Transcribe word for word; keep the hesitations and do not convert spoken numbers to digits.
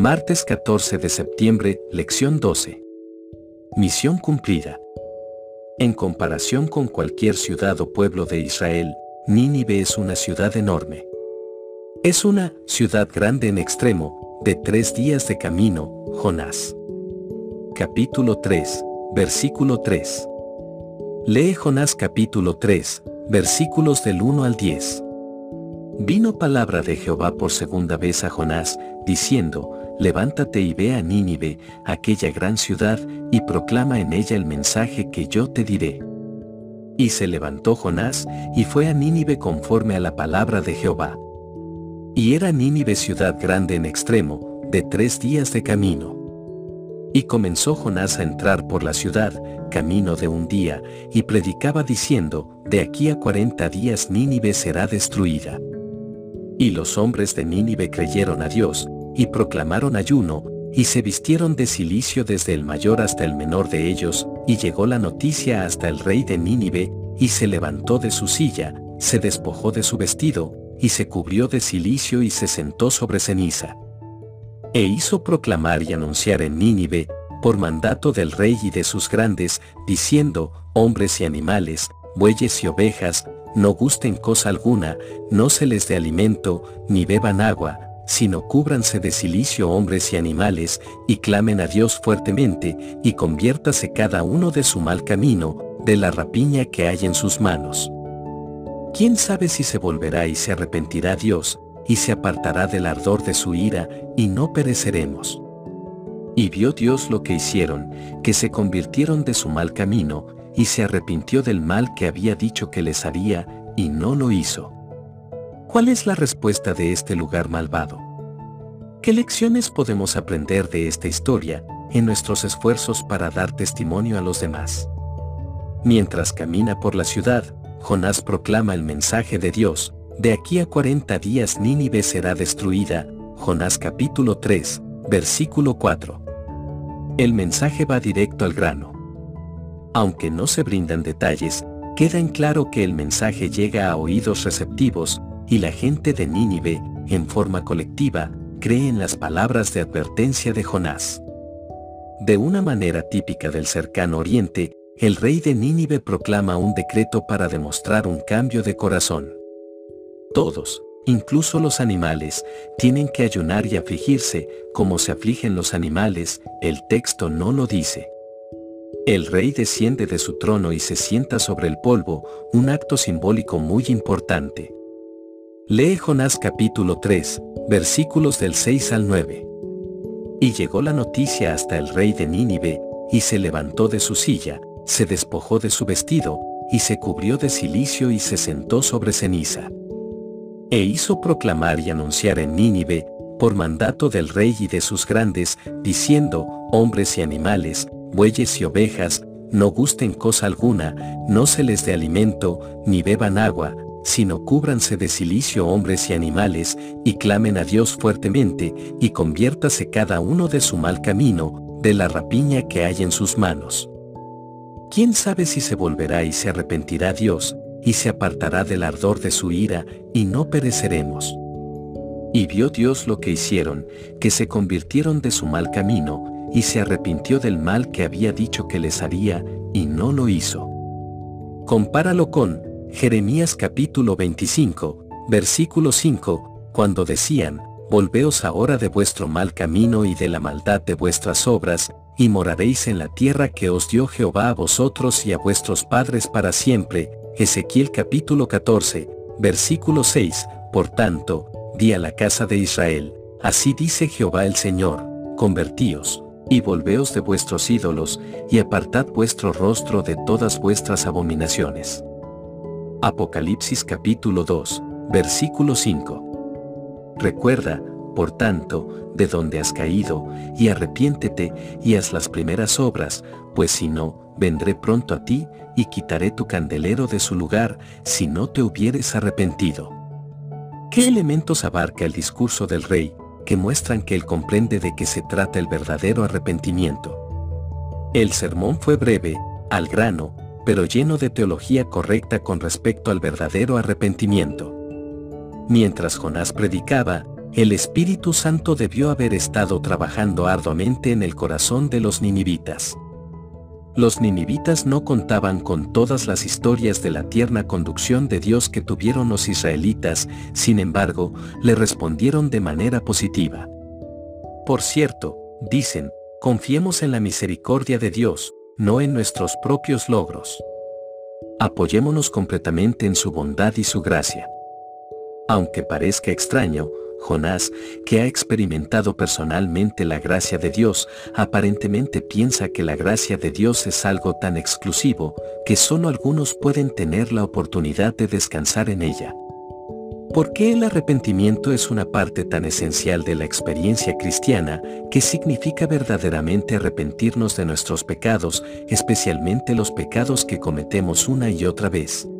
Martes catorce de septiembre, lección doce. Misión cumplida. En comparación con cualquier ciudad o pueblo de Israel, Nínive es una ciudad enorme. Es una ciudad grande en extremo, de tres días de camino. Jonás. Capítulo tres, versículo tres. Lee Jonás capítulo tres, versículos del uno al diez. Vino palabra de Jehová por segunda vez a Jonás, diciendo: Levántate y ve a Nínive, aquella gran ciudad, y proclama en ella el mensaje que yo te diré. Y se levantó Jonás, y fue a Nínive conforme a la palabra de Jehová. Y era Nínive ciudad grande en extremo, de tres días de camino. Y comenzó Jonás a entrar por la ciudad, camino de un día, y predicaba diciendo: De aquí a cuarenta días Nínive será destruida. Y los hombres de Nínive creyeron a Dios, y proclamaron ayuno, y se vistieron de cilicio desde el mayor hasta el menor de ellos, y llegó la noticia hasta el rey de Nínive, y se levantó de su silla, se despojó de su vestido, y se cubrió de cilicio y se sentó sobre ceniza. E hizo proclamar y anunciar en Nínive, por mandato del rey y de sus grandes, diciendo: Hombres y animales, bueyes y ovejas, no gusten cosa alguna, no se les dé alimento, ni beban agua, sino cúbranse de cilicio hombres y animales, y clamen a Dios fuertemente, y conviértase cada uno de su mal camino, de la rapiña que hay en sus manos. ¿Quién sabe si se volverá y se arrepentirá Dios, y se apartará del ardor de su ira, y no pereceremos? Y vio Dios lo que hicieron, que se convirtieron de su mal camino, y se arrepintió del mal que había dicho que les haría, y no lo hizo. ¿Cuál es la respuesta de este lugar malvado? ¿Qué lecciones podemos aprender de esta historia, en nuestros esfuerzos para dar testimonio a los demás? Mientras camina por la ciudad, Jonás proclama el mensaje de Dios: De aquí a cuarenta días Nínive será destruida. Jonás capítulo tres, versículo cuatro. El mensaje va directo al grano. Aunque no se brindan detalles, queda en claro que el mensaje llega a oídos receptivos, y la gente de Nínive, en forma colectiva, cree en las palabras de advertencia de Jonás. De una manera típica del cercano oriente, el rey de Nínive proclama un decreto para demostrar un cambio de corazón. Todos, incluso los animales, tienen que ayunar y afligirse, como se afligen los animales. El texto no lo dice. El rey desciende de su trono y se sienta sobre el polvo, un acto simbólico muy importante. Lee Jonás capítulo tres, versículos del seis al nueve. Y llegó la noticia hasta el rey de Nínive, y se levantó de su silla, se despojó de su vestido, y se cubrió de cilicio y se sentó sobre ceniza. E hizo proclamar y anunciar en Nínive, por mandato del rey y de sus grandes, diciendo: Hombres y animales, bueyes y ovejas, no gusten cosa alguna, no se les dé alimento, ni beban agua, sino cúbranse de cilicio hombres y animales, y clamen a Dios fuertemente, y conviértase cada uno de su mal camino, de la rapiña que hay en sus manos. ¿Quién sabe si se volverá y se arrepentirá Dios, y se apartará del ardor de su ira, y no pereceremos? Y vio Dios lo que hicieron, que se convirtieron de su mal camino, y se arrepintió del mal que había dicho que les haría, y no lo hizo. Compáralo con Jeremías capítulo veinticinco, versículo cinco, cuando decían: Volveos ahora de vuestro mal camino y de la maldad de vuestras obras, y moraréis en la tierra que os dio Jehová a vosotros y a vuestros padres para siempre. Ezequiel capítulo catorce, versículo seis, por tanto, di a la casa de Israel: Así dice Jehová el Señor, convertíos, y volveos de vuestros ídolos, y apartad vuestro rostro de todas vuestras abominaciones. Apocalipsis capítulo dos, versículo cinco. Recuerda, por tanto, de donde has caído, y arrepiéntete, y haz las primeras obras, pues si no, vendré pronto a ti, y quitaré tu candelero de su lugar, si no te hubieres arrepentido. ¿Qué elementos abarca el discurso del rey, que muestran que él comprende de qué se trata el verdadero arrepentimiento? El sermón fue breve, al grano, pero lleno de teología correcta con respecto al verdadero arrepentimiento. Mientras Jonás predicaba, El Espíritu Santo debió haber estado trabajando arduamente en el corazón de los ninivitas. Los ninivitas no contaban con todas las historias de la tierna conducción de Dios que tuvieron los israelitas, sin embargo, le respondieron de manera positiva. Por cierto, dicen, confiemos en la misericordia de Dios, no en nuestros propios logros. Apoyémonos completamente en su bondad y su gracia. Aunque parezca extraño, Jonás, que ha experimentado personalmente la gracia de Dios, aparentemente piensa que la gracia de Dios es algo tan exclusivo, que solo algunos pueden tener la oportunidad de descansar en ella. ¿Por qué el arrepentimiento es una parte tan esencial de la experiencia cristiana, que significa verdaderamente arrepentirnos de nuestros pecados, especialmente los pecados que cometemos una y otra vez?